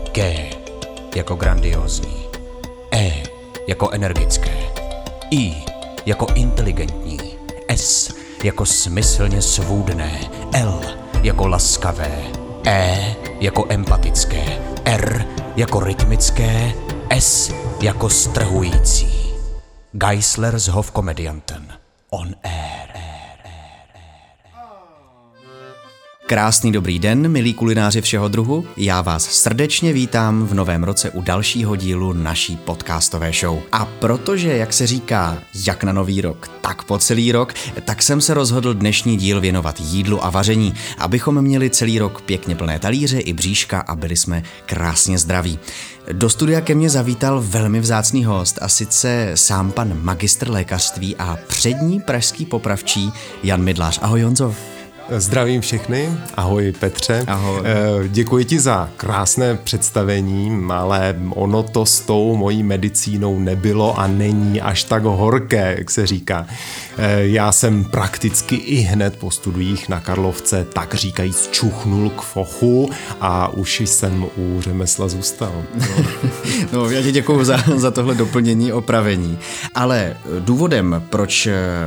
G jako grandiózní, E jako energické, I jako inteligentní, S jako smyslně svůdné, L jako laskavé, E jako empatické, R jako rytmické, S jako strhující. Geisler s Hofkomedianten. On air. Krásný dobrý den, milí kulináři všeho druhu. Já vás srdečně vítám v novém roce u dalšího dílu naší podcastové show. A protože, jak se říká, jak na nový rok, tak po celý rok, tak jsem se rozhodl dnešní díl věnovat jídlu a vaření, abychom měli celý rok pěkně plné talíře i bříška a byli jsme krásně zdraví. Do studia ke mně zavítal velmi vzácný host, a sice sám pan magistr lékařství a přední pražský popravčí Jan Mydlář. Ahoj, Honzo. Zdravím všechny, ahoj Petře. Ahoj. Děkuji ti za krásné představení, ale ono to s tou mojí medicínou nebylo a není až tak horké, jak se říká. Já jsem prakticky i hned po studiích na Karlovce tak říkajíc čuchnul k fochu a už jsem u řemesla zůstal. No, já ti děkuju za tohle doplnění, opravení. Ale důvodem, proč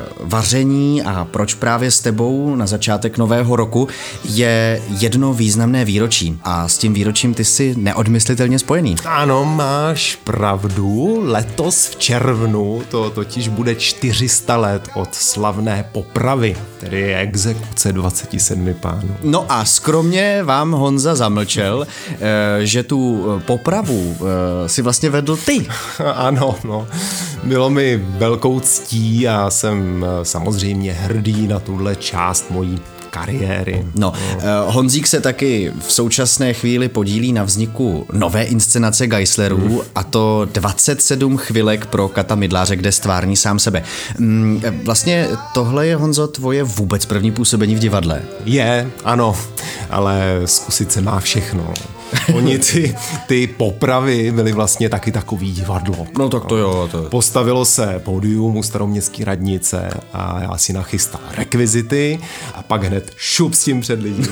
vaření a proč právě s tebou na začátek nového roku je jedno významné výročí. A s tím výročím ty jsi neodmyslitelně spojený. Ano, máš pravdu. Letos v červnu to totiž bude 400 let od slavné popravy, tedy exekuce 27 pánů. No a skromně vám Honza zamlčel, že tu popravu si vlastně vedl ty. Ano, no. Bylo mi velkou ctí a jsem samozřejmě hrdý na tuhle část mojí kariéry. No, Honzík se taky v současné chvíli podílí na vzniku nové inscenace Geislerů, a to 27 chvilek pro Kata Mydláře, kde stvární sám sebe. Vlastně tohle je, Honzo, tvoje vůbec první působení v divadle. Je, ano, ale zkusit se má všechno. Oni ty popravy byly vlastně taky takový divadlo. No tak to jo. Postavilo se pódium u Staroměstské radnice a já si nachystal rekvizity a pak hned šup s tím před lidi.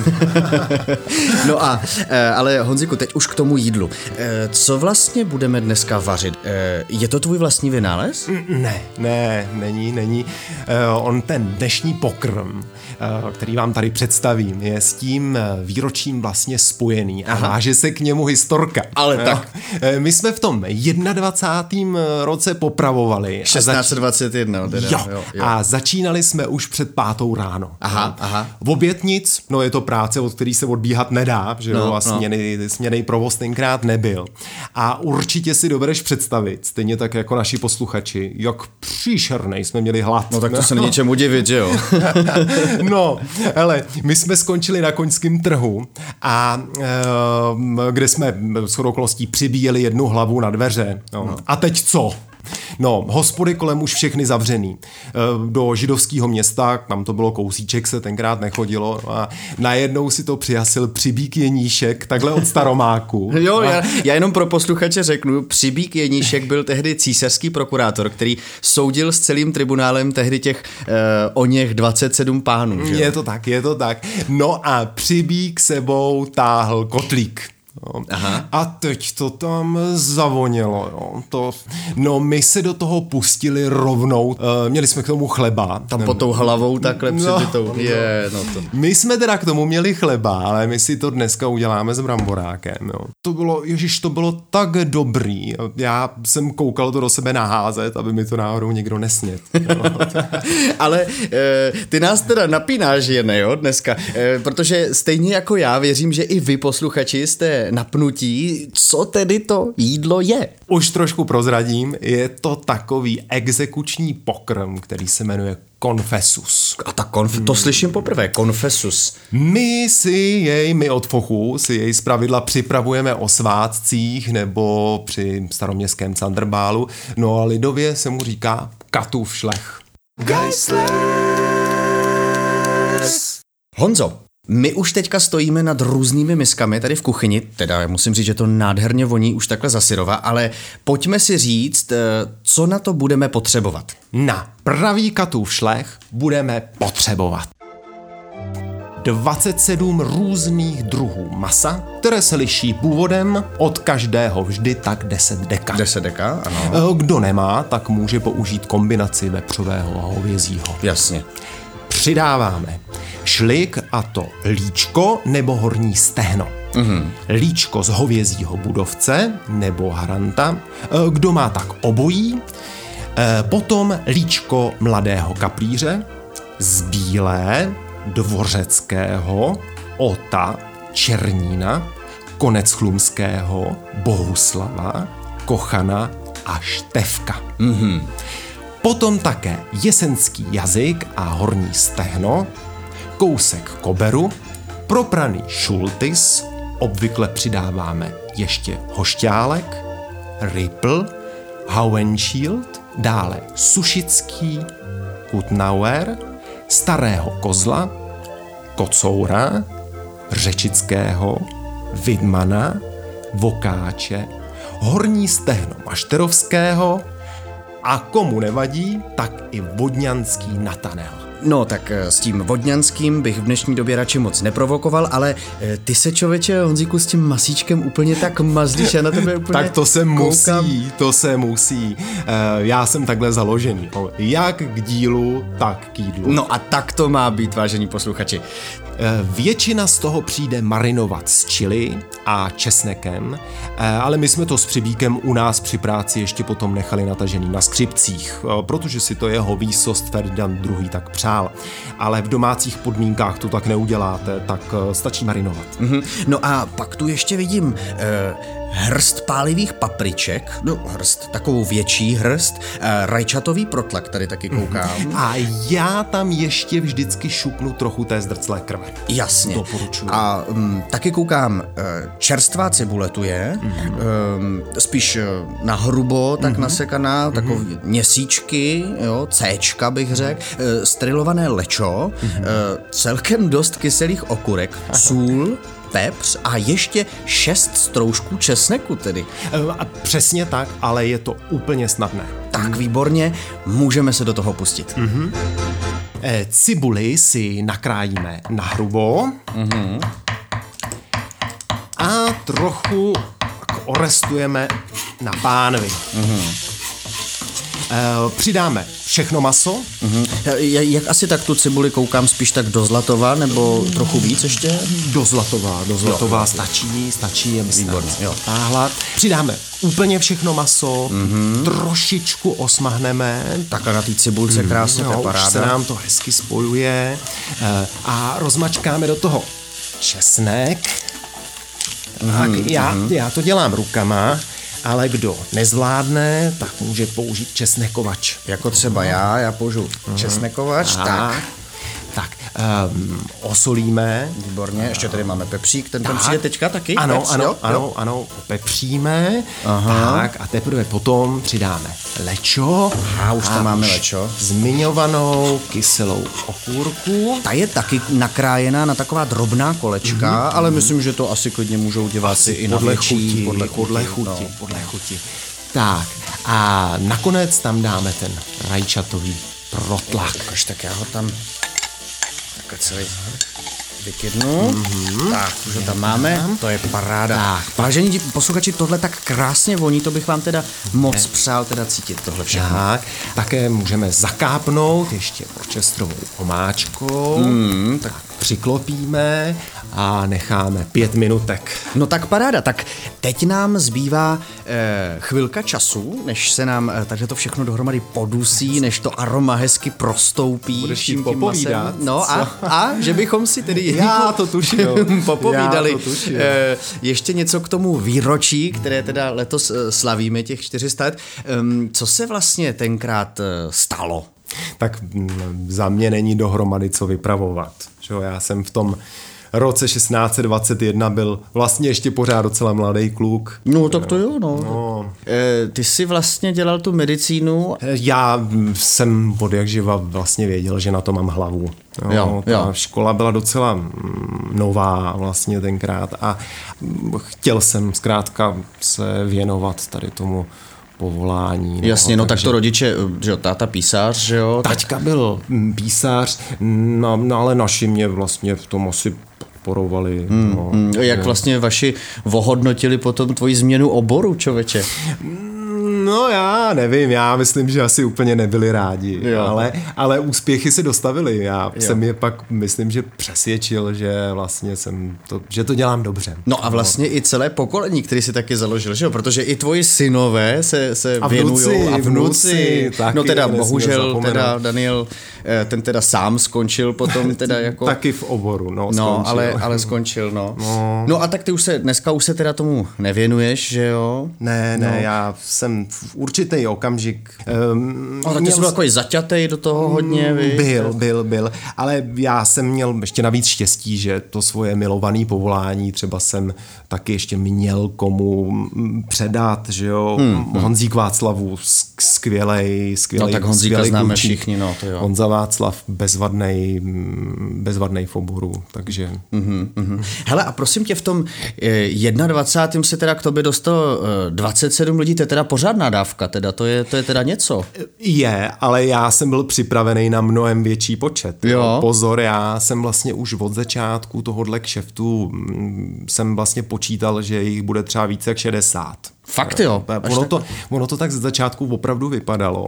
No ale Honziku, teď už k tomu jídlu. Co vlastně budeme dneska vařit? Je to tvůj vlastní vynález? Ne, není. On ten dnešní pokrm, který vám tady představím, je s tím výročím vlastně spojený. A váže se k němu historka. Ale tak. My jsme v tom 21. roce popravovali. 1621. Jo. A začínali jsme už před 5 ráno. Aha. V oběd nic, no je to práce, od který se odbíhat nedá, že jo, a směnej provoz tenkrát nebyl. A určitě si dovedeš představit, stejně tak jako naši posluchači, jak příšernej jsme měli hlad. No tak to se není čemu divit, že jo? No, hele, my jsme skončili na koňském trhu a kde jsme shodou okolností přibíjeli jednu hlavu na dveře. No. A teď co? No, hospody kolem už všechny zavřený. Do židovského města, tam to bylo kousíček, se tenkrát nechodilo, no a najednou si to přihasil Přibík Jeníšek, takhle od Staromáku. Jo, já jenom pro posluchače řeknu, Přibík Jeníšek byl tehdy císařský prokurátor, který soudil s celým tribunálem tehdy těch oněch 27 pánů. Že? Je to tak. No a Přibík sebou táhl kotlík. No. A teď to tam zavonělo. No my se do toho pustili rovnou. Měli jsme k tomu chleba. Tam pod tou hlavou takhle přibitou. My jsme teda k tomu měli chleba, ale my si to dneska uděláme s bramborákem. Jo. To bylo tak dobrý. Já jsem koukal to do sebe naházet, aby mi to náhodou někdo nesnědl. Ale ty nás teda napínáš jen, jo, dneska. Protože stejně jako já věřím, že i vy posluchači jste napnutí, co tedy to jídlo je. Už trošku prozradím, je to takový exekuční pokrm, který se jmenuje konfesus. A to slyším poprvé, konfesus. My od fochu si jej zpravidla připravujeme o svátcích nebo při staroměstském Candrbálu, no a lidově se mu říká Katův šlech. Geislers! Honzo, my už teďka stojíme nad různými miskami tady v kuchyni, teda musím říct, že to nádherně voní už takhle za syrova, ale pojďme si říct, co na to budeme potřebovat. Na pravý Katův šlech budeme potřebovat 27 různých druhů masa, které se liší původem, od každého vždy tak 10 deka. 10 deka, ano. Kdo nemá, tak může použít kombinaci vepřového a hovězího. Jasně. Přidáváme šlik, a to líčko nebo horní stehno. Líčko z hovězího budovce nebo haranta, kdo má tak obojí, potom líčko mladého kaplíře, z bílé, dvořeckého, ota, černína, konec chlumského, Bohuslava, Kochana a Števka. Potom také jesenský jazyk a horní stehno, kousek koberu, propraný šultis, obvykle přidáváme ještě hošťálek, ripl, Hauenschild, dále sušický, Kutnauer, starého kozla, kocoura, řečického, vidmana, vokáče, horní stehno mašterovského a komu nevadí, tak i vodňanský natanel. No tak s tím vodňanským bych v dnešní době radši moc neprovokoval, ale ty se, člověče, Honzíku, s tím masíčkem úplně tak mazlíš, já na tebe úplně Tak to se musí. Já jsem takhle založený. Jak k dílu, tak k jídlu. No a tak to má být, vážení posluchači. Většina z toho přijde marinovat s chili a česnekem, ale my jsme to s Přibíkem u nás při práci ještě potom nechali natažený na skřipcích, protože si to jeho výsost Ferdinand II. Tak přál. Ale v domácích podmínkách to tak neuděláte, tak stačí marinovat. No a pak tu ještě vidím hrst pálivých papriček, takovou větší hrst, rajčatový protlak tady taky koukám. A já tam ještě vždycky šupnu trochu té zdrclé krve. Jasně. Doporučuji. A taky koukám, čerstvá cibule tu je, spíš na hrubo, tak nasekaná, takové měsíčky, jo, céčka bych řekl, sterilované lečo, celkem dost kyselých okurek, sůl, pepř a ještě 6 stroužků česneku tedy. A přesně tak, ale je to úplně snadné. Tak výborně, můžeme se do toho pustit. Cibuli si nakrájíme na hrubo a trochu orestujeme na pánvi. Přidáme všechno maso. Jak asi tak tu cibuli koukám, spíš tak do zlatova, nebo trochu víc ještě? Do zlatova stačí, aby se táhla. Přidáme úplně všechno maso, trošičku osmahneme. Tak a na té cibulce krásně, to je paráda. Už se nám to hezky spojuje a rozmačkáme do toho česnek. Tak já to dělám rukama, ale kdo nezvládne, tak může použít česnekovač. Jako třeba já použiju česnekovač, tak. Osolíme. Výborně, ještě tady máme pepřík, ten přijde teďka taky? Ano, popepříme. Tak a teprve potom přidáme lečo. Už tam máme lečo. Zmiňovanou kyselou okurku. Ta je taky nakrájená na taková drobná kolečka, ale myslím, že to asi klidně můžou diváci i na větší. Podle chuti. Tak a nakonec tam dáme ten rajčatový protlak. Až tak já ho tam takhle celý vykydnu. Tak, už ho tam máme, to je paráda. Tak. Vážení posluchači, tohle tak krásně voní, to bych vám teda moc přál teda cítit tohle všechno. Tak, také můžeme zakápnout ještě orchestrovou omáčkou. Tak přiklopíme a necháme 5 minutek. No tak paráda, tak teď nám zbývá chvilka času, než se nám takže to všechno dohromady podusí, než to aroma hezky prostoupí. Budeš tím popovídat? No a že bychom si tedy Já to tuším. popovídali. Ještě něco k tomu výročí, které teda letos slavíme, těch 400 let. Co se vlastně tenkrát stalo? Tak za mě není dohromady co vypravovat. Já jsem v tom roce 1621 byl vlastně ještě pořád docela mladý kluk. No tak to jo, no. Ty jsi vlastně dělal tu medicínu? Já jsem od jak živa vlastně věděl, že na to mám hlavu. Ta škola byla docela nová vlastně tenkrát a chtěl jsem zkrátka se věnovat tady tomu povolání. Jasně, no tak to rodiče, že jo, táta písař, že jo? Taťka byl písař, no ale naši mě vlastně v tom asi podporovali. Jak vlastně vaši ohodnotili potom tvoji změnu oboru, člověče? No já nevím, já myslím, že asi úplně nebyli rádi, ale úspěchy se dostavili. Já jsem je pak, myslím, že přesvědčil, že vlastně že to dělám dobře. No a vlastně i celé pokolení, který si taky založil, že jo? Protože i tvoji synové se věnují a vnuci. No teda bohužel teda Daniel, ten teda sám skončil potom teda jako... Taky v oboru, no skončil. Ale skončil, no. No a tak ty dneska už se teda tomu nevěnuješ, že jo? Ne, já jsem v určitý okamžik... tak ty jsi byl jako zaťatej do toho hodně, Byl, ale já jsem měl ještě navíc štěstí, že to svoje milované povolání třeba jsem taky ještě měl komu předat, že jo, Honzík Václavu, skvělej no tak Honzíka známe všichni, no to jo. Honza Václav, bezvadnej v oboru, takže... Hele, a prosím tě, v tom 21. se teda k tobě dostalo 27 lidí, to je teda pořádná dávka, teda, to je teda něco. Je, ale já jsem byl připravený na mnohem větší počet. Jo. Pozor, já jsem vlastně už od začátku tohohle kšeftu jsem vlastně počítal, že jich bude třeba více jak 60. Fakt jo. Ono to tak z začátku opravdu vypadalo.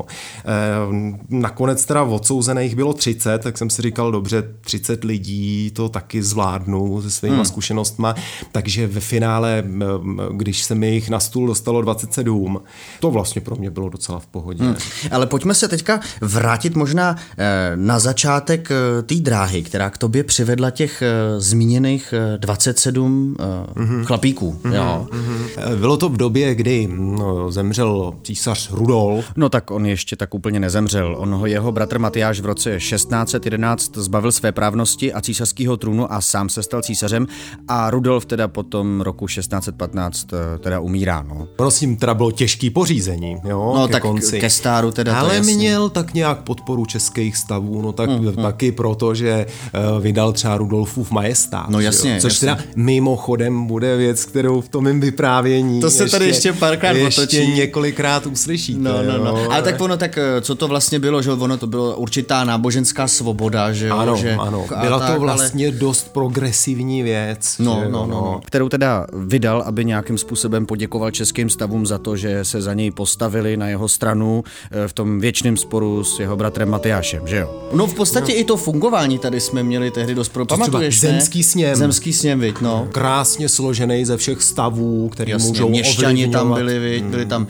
Nakonec teda odsouzených bylo 30, tak jsem si říkal, dobře, 30 lidí to taky zvládnu se svýma zkušenostma, takže ve finále, když se mi jich na stůl dostalo 27, to vlastně pro mě bylo docela v pohodě. Ale pojďme se teďka vrátit možná na začátek té dráhy, která k tobě přivedla těch zmíněných 27 chlapíků. Jo. Bylo to v době, kdy zemřel císař Rudolf. No tak on ještě tak úplně nezemřel. Jeho bratr Matyáš v roce 1611 zbavil své právnosti a císařského trůnu a sám se stal císařem a Rudolf teda potom roku 1615 teda umírá. No. Prosím, teda bylo těžký pořízení, jo, no tak konci. Ke stáru teda ale to jasný. Měl tak nějak podporu českých stavů, no tak taky proto, že vydal třeba Rudolfův majestát. No jasně. Což teda mimochodem bude věc, kterou v tom mým vyprávění to se tady ještě párkrát ještě několikrát uslyšíte. No. Ale tak co to vlastně bylo, že ono to bylo určitá náboženská svoboda, že jo? Ano. Byla to vlastně dost progresivní věc. No. Kterou teda vydal, aby nějakým způsobem poděkoval českým stavům za to, že se za něj postavili na jeho stranu v tom věčném sporu s jeho bratrem Matyášem, že jo? No v podstatě i to fungování tady jsme měli tehdy dost pamatuješ, Zemský sněm. Zemský sněm, viď, no. Krásně složený ze všech stavů, který můžou měšťani tam byli tam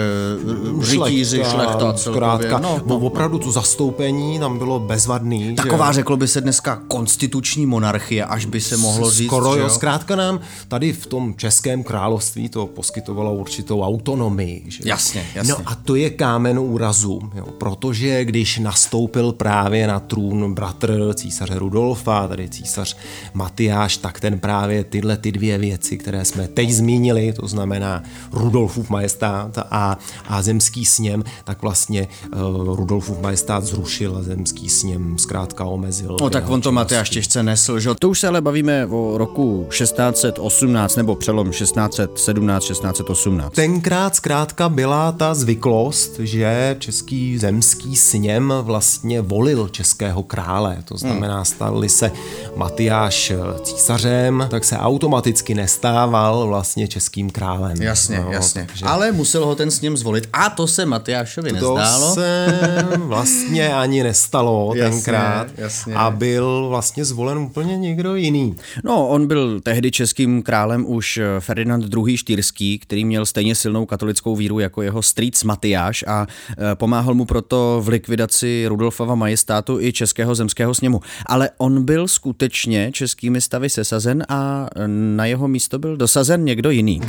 rytíři, šlechta celkově. Opravdu to zastoupení tam bylo bezvadný. Taková, řeklo by se dneska, konstituční monarchie, až by se mohlo říct. Skoro jo, zkrátka nám tady v tom Českém království to poskytovalo určitou autonomii. Že? Jasně. No a to je kámen úrazu, jo, protože když nastoupil právě na trůn bratr císaře Rudolfa, tady císař Matyáš, tak ten právě tyhle ty dvě věci, které jsme teď zmínili, to znamená Rudolfův majestát a zemský sněm, tak vlastně Rudolfův majestát zrušil a zemský sněm zkrátka omezil. No tak on to Matyáš těžce nesl, že? To už se ale bavíme o roku 1618 nebo přelom 1617-1618. Tenkrát zkrátka byla ta zvyklost, že český zemský sněm vlastně volil českého krále. To znamená, stali se Matyáš císařem, tak se automaticky nestával vlastně českým králem. Jasně. Takže... Ale musel ho ten sněm zvolit a to se Matyášovi nezdálo. To se vlastně ani nestalo tenkrát a byl vlastně zvolen úplně někdo jiný. No, on byl tehdy českým králem už Ferdinand II. Štýrský, který měl stejně silnou katolickou víru jako jeho strýc Matyáš a pomáhal mu proto v likvidaci Rudolfova majestátu i českého zemského sněmu. Ale on byl skutečně českými stavy sesazen a na jeho místo byl dosazen někdo jiný.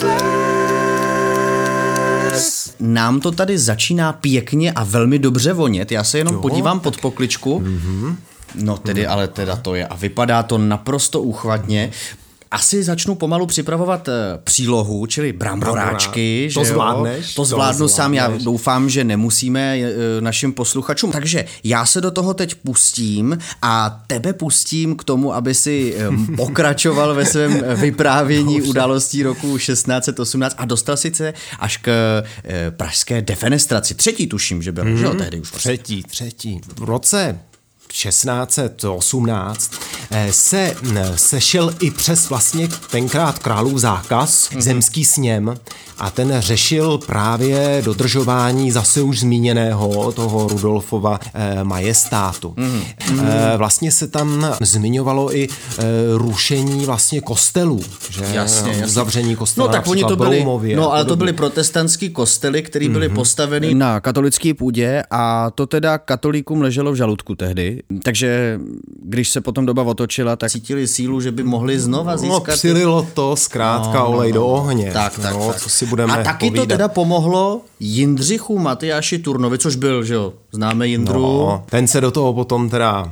Nám to tady začíná pěkně a velmi dobře vonět. Já se jenom podívám pod pokličku. No tedy, ale teda to je. A vypadá to naprosto úchvatně. asi začnu pomalu připravovat přílohu, čili bramboráčky. To zvládneš? To zvládnu sám, já doufám, že nemusíme našim posluchačům. Takže já se do toho teď pustím a tebe pustím k tomu, aby si pokračoval ve svém vyprávění událostí roku 1618 a dostal sice až k pražské defenestraci. Třetí tuším, že byl, že jo, tehdy už. Třetí. V roce 1618 se sešel i přes vlastně tenkrát králův zákaz, zemský sněm, a ten řešil právě dodržování zase už zmíněného toho Rudolfova majestátu. Vlastně se tam zmiňovalo i rušení vlastně kostelů, že jasně. zavření kostela. No tak oni to byli, Broumově, ale to byly protestantský kostely, které byly postaveny na katolické půdě a to teda katolíkům leželo v žaludku tehdy. Takže když se potom doba otočila, tak cítili sílu, že by mohli znova získat. No, přililo to zkrátka olej do ohně. Tak. Co si budeme a taky povídat. to teda pomohlo Jindřichu Matyáši Turnovi, což byl, že jo, známe Jindru. No, ten se do toho potom teda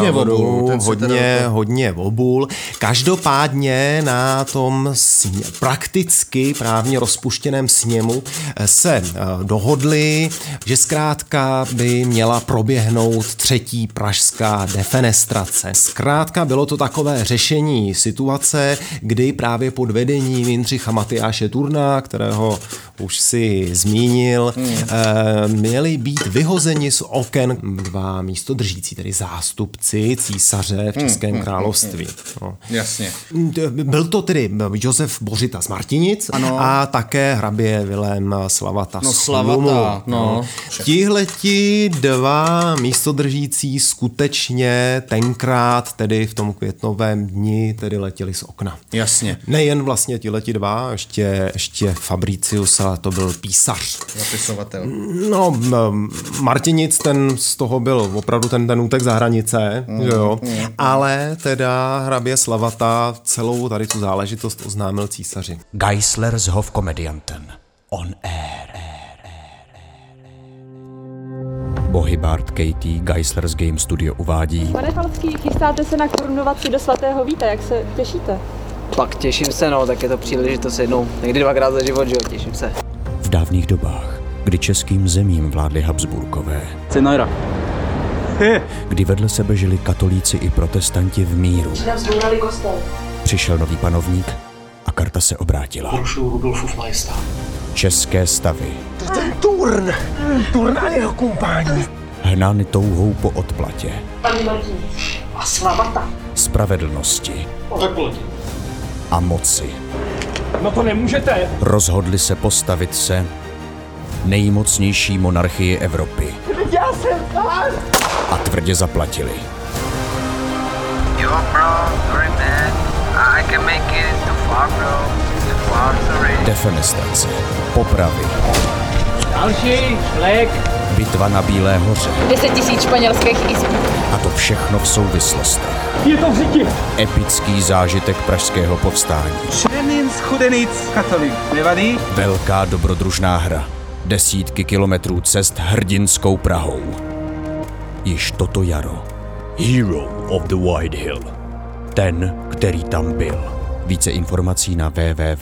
hodně obul. Každopádně na tom prakticky právně rozpuštěném sněmu se dohodli, že zkrátka by měla proběhnout třetí pražská defenestrace. Zkrátka bylo to takové řešení situace, kdy právě pod vedením Jindřicha Matyáše Turna, kterého už si zmínil, měli být vyhozeni z oken dva místodržící, tedy zástupci císaře v Českém království. No. Jasně. Byl to tedy Josef Bořita z Martinic a také hrabě Vilém Slavata z Chlumu. Tihleti dva místodržící skutečně tenkrát, tedy v tom květnovém dni, tedy letěli z okna. Jasně. Nejen vlastně tihleti dva, ještě Fabricius, ale to byl písař. Zapisovatel. No, Martinic, ten z toho byl opravdu ten útek za hranice, jo. Ale teda hrabě Slavata celou tady tu záležitost oznámil císaři. Geisler's Hofkomedianten. On air. Bohybard Katie Geisler's Game Studio uvádí. Pane Falcký, chystáte se na korunovaci do svatého Víta, jak se těšíte? Tak těším se, no, tak je to příležitost jednou, někdy dvakrát za život, že jo, těším se. V dávných dobách, kdy českým zemím vládli Habsburkové. Cenajra. Kdy vedle sebe žili katolíci i protestanti v míru. Nám zbourali kostel. Přišel nový panovník a karta se obrátila. Porušuju Rudolfův majestát. České stavy. To je ten Turn a jeho kumpání. Hnány touhou po odplatě. Paní Martinic a Slavata. Spravedlnosti Tak poletí. a moci. No to nemůžete. Rozhodli se postavit se nejmocnější monarchii Evropy. Já jsem pán. A tvrdě zaplatili. Yo, bro, sorry, man. I can make it too far, bro. Too far, sorry. Defenestrace, popravy, Další, šlek. bitva na Bílé hoře 10 000 španělských izb. a to všechno v souvislostech. Je to v řiti. Epický zážitek pražského povstání. Černin z Chudenic, katolik, nevadí? Velká dobrodružná hra. Desítky kilometrů cest hrdinskou Prahou. Již toto jaro. Hero of the White Hill. Ten, který tam byl. Více informací na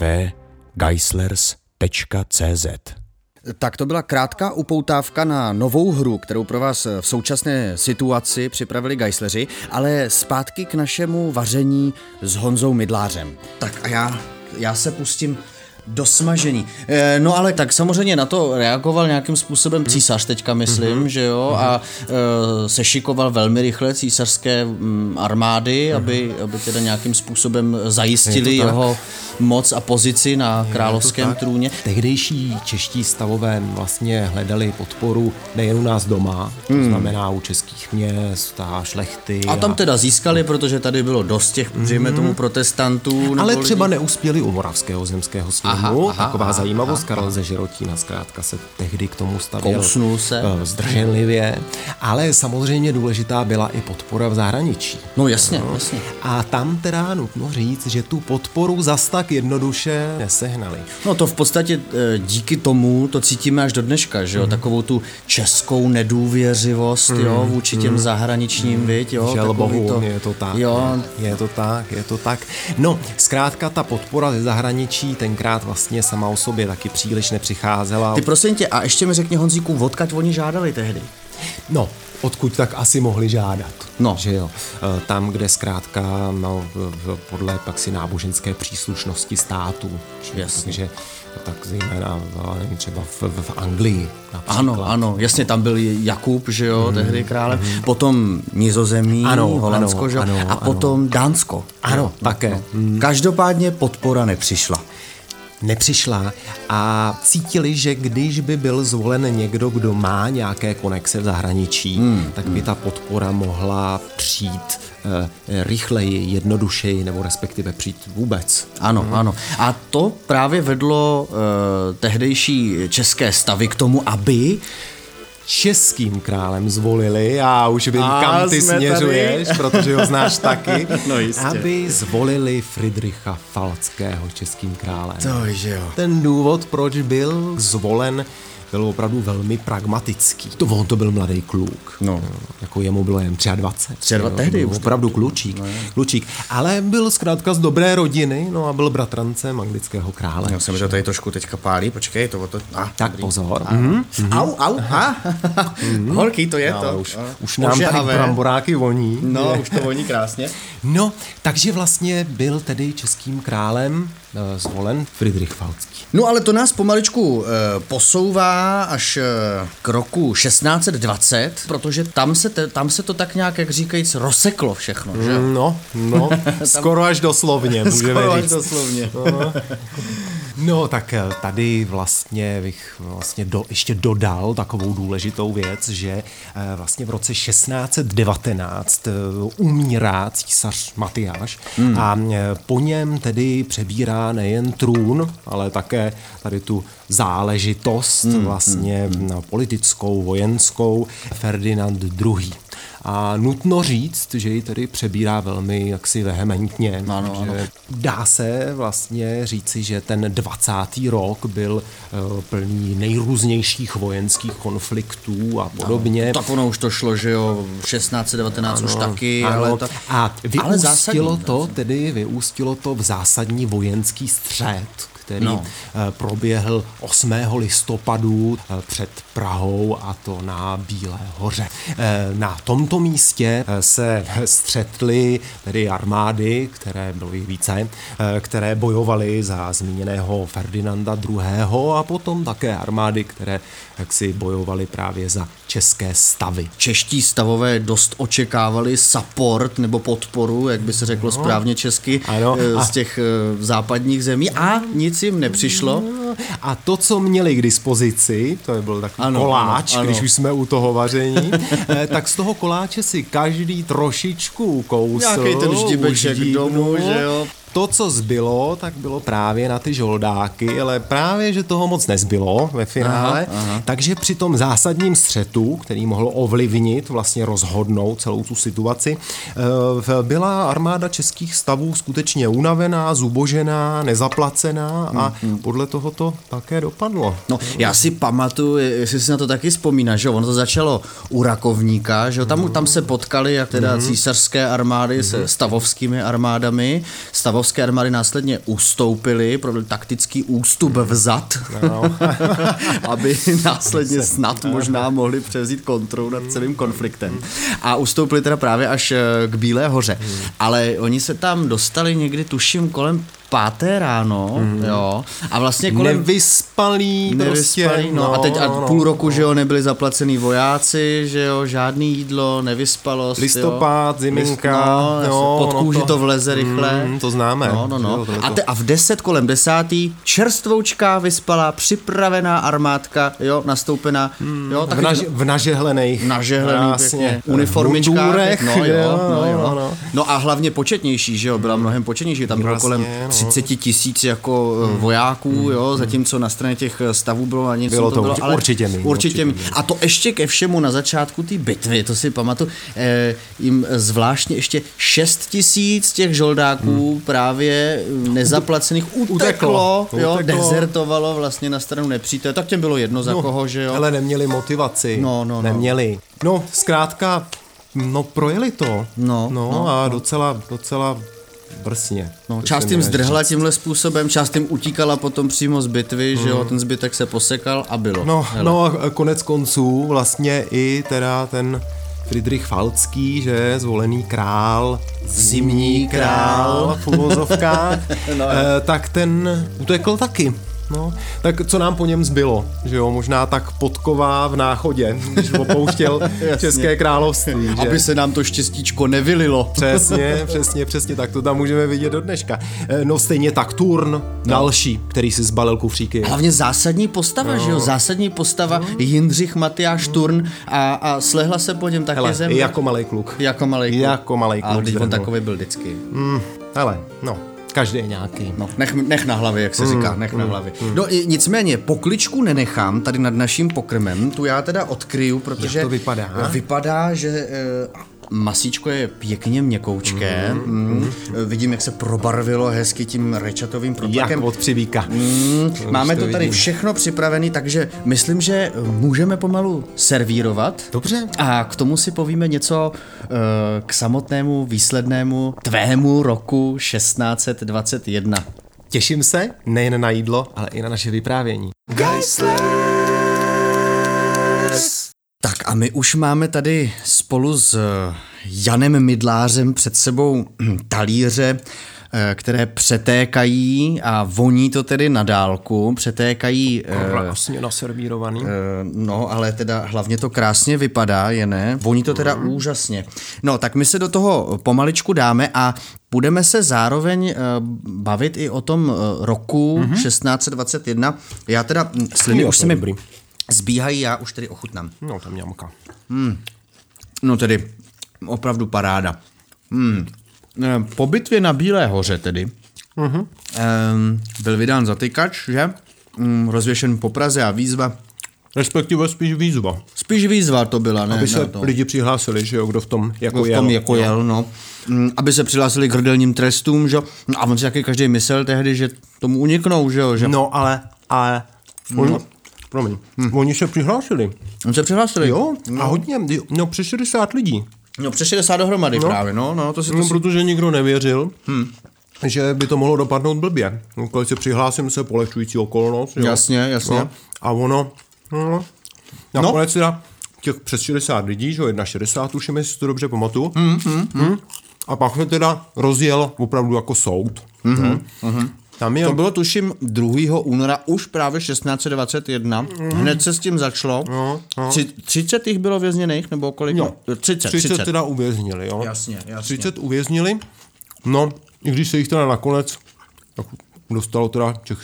www.geislers.cz. Tak to byla krátká upoutávka na novou hru, kterou pro vás v současné situaci připravili Geisleři, ale zpátky k našemu vaření s Honzou Mydlářem. Tak a já se pustím do smažení. No ale tak samozřejmě na to reagoval nějakým způsobem císař teďka, myslím, že jo, a sešikoval velmi rychle císařské armády, aby teda nějakým způsobem zajistili jeho moc a pozici na královském trůně. Tehdejší čeští stavové vlastně hledali podporu nejen u nás doma, to znamená u českých měst a šlechty. A tam teda získali, protože tady bylo dost těch, dejme tomu, protestantů. Ale třeba neuspěli u Moravského zemského sněmu. filmu. Taková zajímavost. Karel ze Žirotína zkrátka se tehdy k tomu stavěl Kousnul se. zdrženlivě, ale samozřejmě důležitá byla i podpora v zahraničí. No jasně. A tam teda nutno říct, že tu podporu zas tak jednoduše nesehnali. No to v podstatě díky tomu to cítíme až do dneška, že jo, takovou tu českou nedůvěřivost, jo, vůči těm zahraničním, viď, jo. Žel bohu, to, je to tak. Jo. Je to tak. No, zkrátka ta podpora ze zahraničí tenkrát vlastně sama o sobě taky příliš nepřicházela. Ty prosím tě, a ještě mi řekni, Honzíku, odkud oni žádali tehdy? No, odkud tak asi mohli žádat. No. Že jo. Tam, kde zkrátka podle pak si náboženské příslušnosti státu. Takže tak zejména nevím, třeba v Anglii například. Ano, jasně, tam byl Jakub, že jo, tehdy králem, potom Nizozemí, Holandsko, že jo, a potom Dánsko. Ano, také. Každopádně podpora nepřišla a cítili, že když by byl zvolen někdo, kdo má nějaké konexe v zahraničí, tak by ta podpora mohla přijít rychleji, jednodušeji, nebo respektive přijít vůbec. Ano. A to právě vedlo tehdejší české stavy k tomu, aby českým králem zvolili, a už vím, kam ty směřuješ, protože ho znáš taky, aby zvolili Fridricha Falckého českým králem. To jo. Ten důvod, proč byl zvolen, byl opravdu velmi pragmatický. On to byl mladý kluk. No. Jako jemu bylo jen 23. tehdy. Opravdu klučík. Ale byl zkrátka z dobré rodiny, no a byl bratrancem anglického krále. Já jsem, že tady trošku teďka pálí, počkej, to. Tak dobrý. Pozor. Au. Holky, to je no, to. Už nám tady bramboráky voní. No, už to voní krásně. No, takže vlastně byl tedy českým králem zvolen Fridrich Falcký. No ale to nás pomaličku posouvá až k roku 1620, protože tam se to tak nějak, jak říkajíc, rozseklo všechno, že? No, skoro až doslovně, můžeme říct. Skoro až doslovně. No, tak tady vlastně bych ještě dodal takovou důležitou věc, že vlastně v roce 1619 umírá císař Matyáš a po něm tedy přebírá nejen trůn, ale také tady tu záležitost vlastně politickou, vojenskou Ferdinand II. A nutno říct, že ji tedy přebírá velmi jaksi vehementně. Ano. Dá se vlastně říci, že ten 20. rok byl plný nejrůznějších vojenských konfliktů a podobně. Tak ono už to šlo, že jo, 1619 už taky, ale vyústilo to v zásadní vojenský střet, který proběhl 8. listopadu před Prahou, a to na Bílé hoře. Na tomto místě se střetly tedy armády, které byly více, které bojovaly za zmíněného Ferdinanda II. A potom také armády, které jaksi bojovaly právě za české stavy. Čeští stavové dost očekávali support nebo podporu, jak by se řeklo správně česky, z těch západních zemí, a nic jim nepřišlo. A to, co měli k dispozici, to byl takový koláč, když už jsme u toho vaření, tak z toho koláče si každý trošičku kousl. Nějaký ten ždibeček domů, že jo. To, co zbylo, tak bylo právě na ty žoldáky, ale právě, že toho moc nezbylo ve finále. Takže při tom zásadním střetu, který mohl ovlivnit, vlastně rozhodnout celou tu situaci, byla armáda českých stavů skutečně unavená, zubožená, nezaplacená a podle toho to také dopadlo. No, já si pamatuju, jestli si na to taky vzpomínáš, že ono to začalo u Rakovníka, že tam se potkali jak teda císařské armády se stavovskými armádami. Stavovské armády následně ustoupily, provedli taktický ústup vzad, aby následně snad možná mohli převzít kontrolu nad celým konfliktem. A ustoupili teda právě až k Bílé hoře. Ale oni se tam dostali někdy, tuším, kolem 5. ráno, jo, a vlastně kolem... Nevyspalý, no a teď půl roku, že jo, nebyli zaplacený vojáci, že jo, žádný jídlo, nevyspalost, listopad, ziminka, pod kůži to vleze rychle. To známe. No. A v 10 kolem 10. čerstvoučká, vyspalá, připravená armádka, jo, nastoupená, jo, v nažehlených pěkně, uniformičkách, no. No a hlavně početnější, že jo, byla mnohem početnější, tam bylo kolem 30 000 jako vojáků, jo, zatímco na straně těch stavů bylo ani Bylo to bylo, ale určitě méně. A to ještě ke všemu na začátku té bitvy, to si pamatuju, jim zvláštně ještě 6 000 těch žoldáků právě nezaplacených uteklo, jo, dezertovalo vlastně na stranu nepřítele, tak těm bylo jedno za koho, že jo. Ale neměli motivaci, neměli. No, zkrátka, projeli to, a docela brsně. No, část jim zdrhla tímhle způsobem, část jim utíkala potom přímo z bitvy, že jo, ten zbytek se posekal a bylo. No a konec konců vlastně i teda ten Friedrich Falcký, že zvolený král, zimní král v uvozovkách, tak ten utekl taky. No, tak co nám po něm zbylo, že jo, možná tak podková v Náchodě, když opouštěl České království, že? Aby se nám to štěstíčko nevylilo. Přesně, tak to tam můžeme vidět do dneška. No stejně tak Turn, další, který si zbalil kufříky. Hlavně zásadní postava, že jo, zásadní postava Jindřich Matyáš Turn a slehla se po něm také zem. Jako malej kluk. A když on takový byl vždycky. Každý nějaký. No, nech na hlavě, jak se říká, nech na hlavě. No, nicméně, pokličku nenechám tady nad naším pokrmem, tu já teda odkryju, protože jak to vypadá? Vypadá, že masíčko je pěkně měkoučké. Vidím, jak se probarvilo hezky tím rečatovým protlakem. Jak od přibíka. Máme to tady všechno připravené, takže myslím, že můžeme pomalu servírovat. Dobře. A k tomu si povíme něco k samotnému výslednému tvému roku 1621. Těším se nejen na jídlo, ale i na naše vyprávění. Tak a my už máme tady spolu s Janem Mydlářem před sebou talíře, které přetékají a voní to tedy na dálku, přetékají... Krásně naservírovaný. No, ale teda hlavně to krásně vypadá, ne? Voní to teda úžasně. No, tak my se do toho pomaličku dáme a budeme se zároveň bavit i o tom roku 1621. Já teda, sliny už se mi zbíhají, já už tedy ochutnám. No, tam ňamka. No tedy, opravdu paráda. Po bitvě na Bílé hoře tedy byl vydán zatykač, že? Rozvěšen po Praze a výzva. Respektive spíš výzva. Spíš výzva to byla, ne? Aby se lidi přihlásili, že jo, kdo v tom jako jel. No. Aby se přihlásili k hrdelním trestům, že jo? No a on si taky každý myslel tehdy, že tomu uniknou, že jo? Že... No, ale... Oni se přihlásili. Jo, a hodně, přes 60 lidí. No přes 60 dohromady právě, protože nikdo nevěřil, že by to mohlo dopadnout blbě. Když se přihlásím, se polehčující okolnost. Jo? Jasně. No, a ono, nakonec teda těch přes 60 lidí, že 61 tuším, jestli to dobře pamatuju. A pak se teda rozjel opravdu jako soud. To bylo tuším 2. února už právě 1621. Hned se s tím začalo. 30 jich bylo vězněných, nebo kolik? Jo, 30 teda uvěznili, jo. Jasně. 30 uvěznili, no, i když se jich teda nakonec dostalo teda těch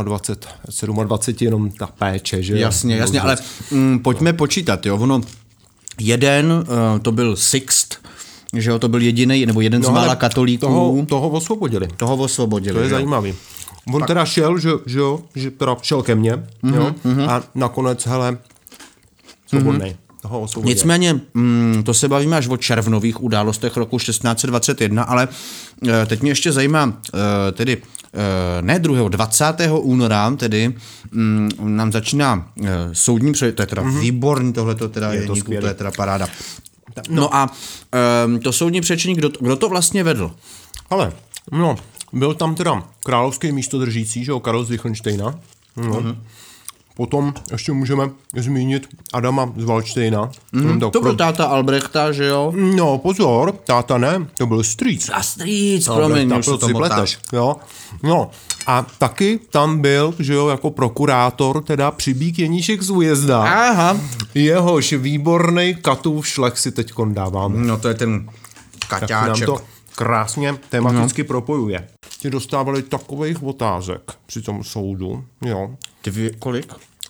27 jenom ta péče, že? Jasně, ale pojďme počítat, jo. Ono, jeden, to byl Sixt, že jo, to byl jediný, nebo jeden z mála katolíků. Toho osvobodili. To je zajímavý. On teda šel, že teda šel ke mně, jo, a nakonec, hele, svobodnej. Toho osvobodil. Nicméně, to se bavíme až o červnových událostech roku 1621, ale teď mě ještě zajímá, tedy ne 20. února, tedy nám začíná soudní to je teda výborný, tohleto teda je to je teda paráda. No a to soudní přečení, kdo to vlastně vedl? Ale, byl tam teda královský místodržící, že jo, Karel z Lichtenštejna. Potom ještě můžeme zmínit Adama z Valdštejna. To byl táta Albrechta, že jo? No, pozor, táta ne, to byl strýc. A strýc, promiň, už to motáš. Jo. No, a taky tam byl, že jo, jako prokurátor, teda Přibík Jeníšek z Újezda. Aha. Jehož výbornej Katův šlech si teďkon dáváme. No, to je ten Kaťáček. Tak nám to krásně tematicky propojuje. Ti dostávali takových otázek při tom soudu, jo. Kolik?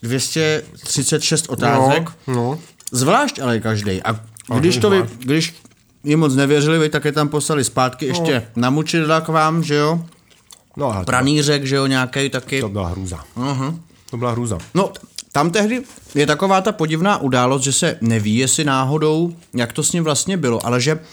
236 otázek. No. Zvlášť ale každej. A když jim moc nevěřili, tak je tam poslali zpátky ještě na mučidla k vám, že jo? No, ale pranýřek, že jo, nějaký taky. To byla hrůza. Uh-huh. To byla hrůza. No, tam tehdy je taková ta podivná událost, že se neví, jestli náhodou, jak to s ním vlastně bylo, ale že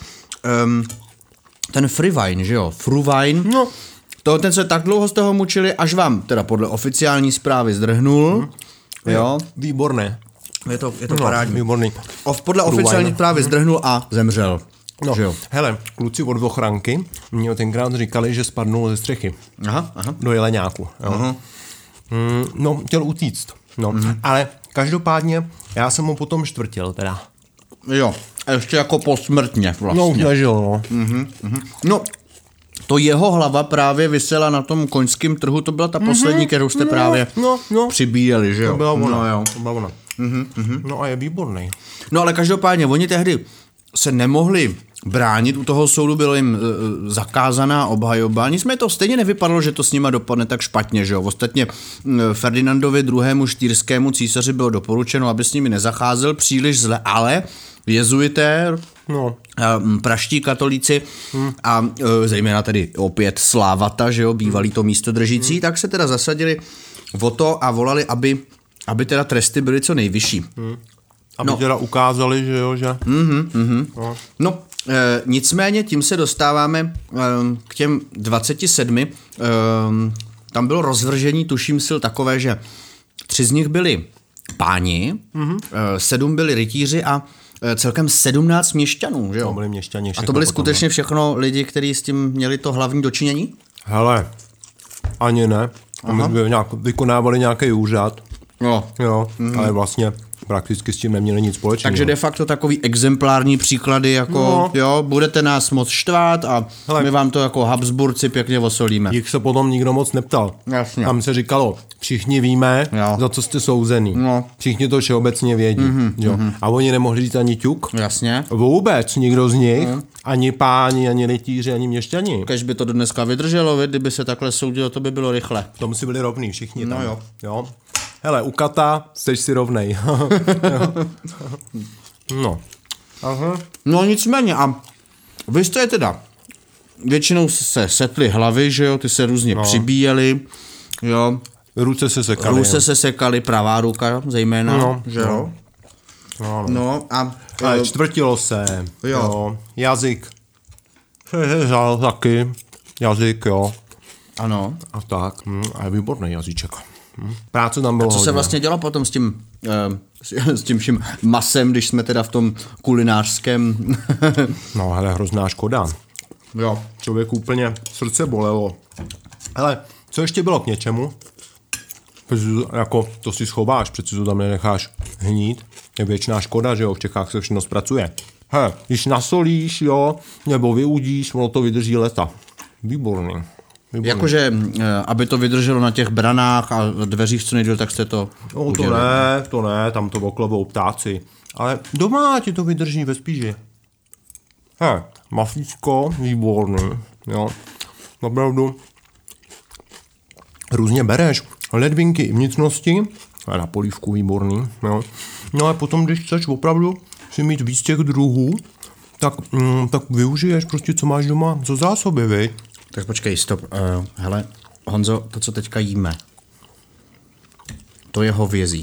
ten Frühwein, že jo, Frühwein, No. ten se tak dlouho z toho mučili, až vám teda podle oficiální zprávy zdrhnul, jo. Výborné. Je to parádní. Výborný. Podle oficiální zprávy zdrhnul a zemřel. No, že jo. hele, kluci od Vochranky mě tenkrát říkali, že spadnul ze střechy. Aha. Do jeleňáku. Jo. No, chtěl utíct. No, ale každopádně já jsem mu potom štvrtil teda. Jo, a ještě jako posmrtně vlastně. No, nežil, no. No, to jeho hlava právě visela na tom koňském trhu, to byla ta poslední, kterou jste právě přibíjeli, že jo? To byla ona. No, jo. To byla ona. No a je výborný. No ale každopádně, oni tehdy se nemohli bránit, u toho soudu bylo jim zakázaná obhajoba, nicméně to stejně nevypadalo, že to s nima dopadne tak špatně, že jo. Ostatně Ferdinandovi II. Štýrskému císaři bylo doporučeno, aby s nimi nezacházel příliš zle, ale jezuité, praští katolíci a zejména tedy opět Slávata, že jo, bývalý to místo držící, tak se teda zasadili o to a volali, aby teda tresty byly co nejvyšší. Aby teda ukázali, že jo, že... No, nicméně tím se dostáváme k těm 27. Tam bylo rozvržení, tuším, sil takové, že 3 z nich byli páni, 7 byli rytíři a celkem 17 měšťanů, že jo? To byli měšťani. A to byli skutečně všechno lidi, kteří s tím měli to hlavní dočinění? Hele, ani ne. My vykonávali nějaký úřad. Jo, ale vlastně prakticky s tím neměli nic společného. Takže de facto takový exemplární příklady, jako jo, budete nás moc štvát a my vám to jako Habsburci pěkně osolíme. Jich se potom nikdo moc neptal. Jasně. Tam se říkalo, všichni víme, za co jste souzený. No. Všichni to všeobecně vědí. Jo. A oni nemohli říct ani ťuk. Jasně. Vůbec nikdo z nich, ani páni, ani rytíři, ani měšťani. Kež by to do dneska vydrželo, kdyby se takhle soudilo, to by bylo rychle. V tom si byli rovní všichni tam. No jo. Hele, u kata jsi si rovnej. No. Aha. No nicméně, a vy jste teda, většinou se setly hlavy, že jo, ty se různě přibíjely, jo. Ruce se sekaly. Pravá ruka zejména, že jo. No a... Ale čtvrtilo se, jo. Jazyk. Žal taky. Jazyk, jo. Ano. A tak, a je výborný jazyček. Práce tam bylo. A co se vlastně dělo potom s tím vším masem, když jsme teda v tom kulinářském... No, hele, hrozná škoda. Jo. Člověk úplně srdce bolelo. Hele, co ještě bylo k něčemu? Jako, to si schováš, přeci to tam nenecháš hnít. Je věčná škoda, že jo, v Čechách se všechno zpracuje. Když nasolíš, jo, nebo vyudíš, ono to vydrží leta. Výborný. Jakože, aby to vydrželo na těch branách a dveřích co nejdýl, tak jste to udělali. To ne, tam to oklovou ptáci. Ale doma ti to vydrží ve spíži. Masíčko, výborný, jo. Opravdu různě bereš. Ledvinky i vnitřnosti, a na polívku výborný, jo. No a potom, když chceš opravdu si mít víc těch druhů, tak využiješ prostě, co máš doma, co zásoby, viď? Tak počkej, stop. Hele, Honzo, to, co teďka jíme, to je hovězí.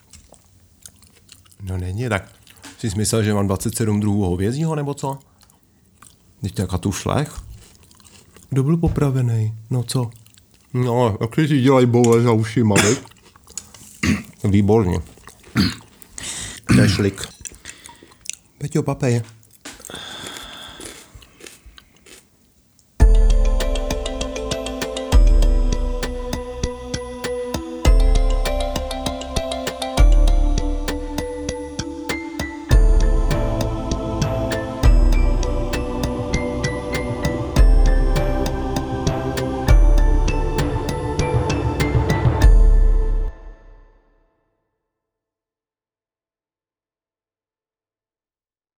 No není, tak jsi myslel, že mám 27 druhů hovězího, nebo co? Když to tu šlech? Kdo byl popravený? No co? No, jak si dělají boule za ušima, viď? Výborně. To je šlik. Peťo, papej.